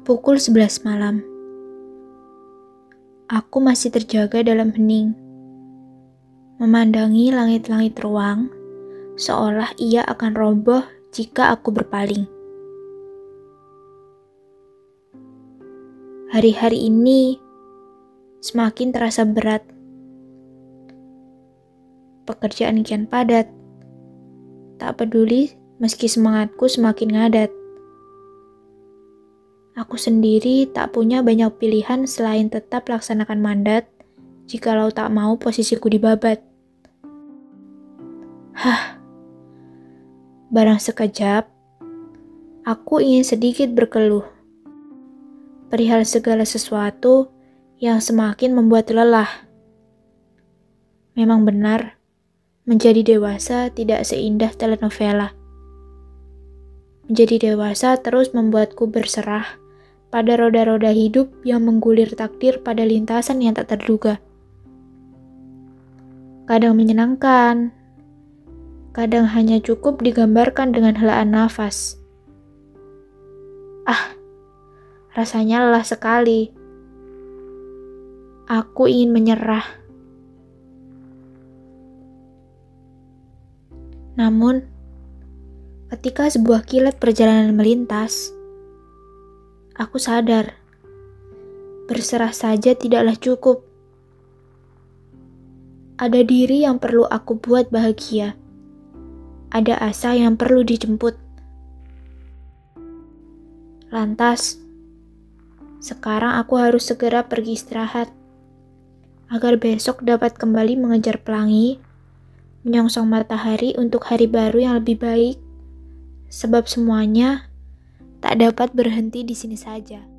Pukul 11 malam. Aku masih terjaga dalam hening, memandangi langit-langit ruang, seolah ia akan roboh jika aku berpaling. Hari-hari ini semakin terasa berat. Pekerjaan kian padat. Tak peduli meski semangatku semakin ngadat. Aku sendiri tak punya banyak pilihan selain tetap laksanakan mandat jikalau tak mau posisiku dibabat. Barang sekejap, aku ingin sedikit berkeluh perihal segala sesuatu yang semakin membuat lelah. Memang benar, menjadi dewasa tidak seindah telenovela. Menjadi dewasa terus membuatku berserah pada roda-roda hidup yang menggulir takdir pada lintasan yang tak terduga. Kadang menyenangkan, kadang hanya cukup digambarkan dengan helaan nafas. Rasanya lelah sekali. Aku ingin menyerah. Namun, ketika sebuah kilat perjalanan melintas, aku sadar, berserah saja tidaklah cukup. Ada diri yang perlu aku buat bahagia. Ada asa yang perlu dijemput. Lantas, sekarang aku harus segera pergi istirahat, agar besok dapat kembali mengejar pelangi, menyongsong matahari untuk hari baru yang lebih baik, sebab semuanya tak dapat berhenti di sini saja.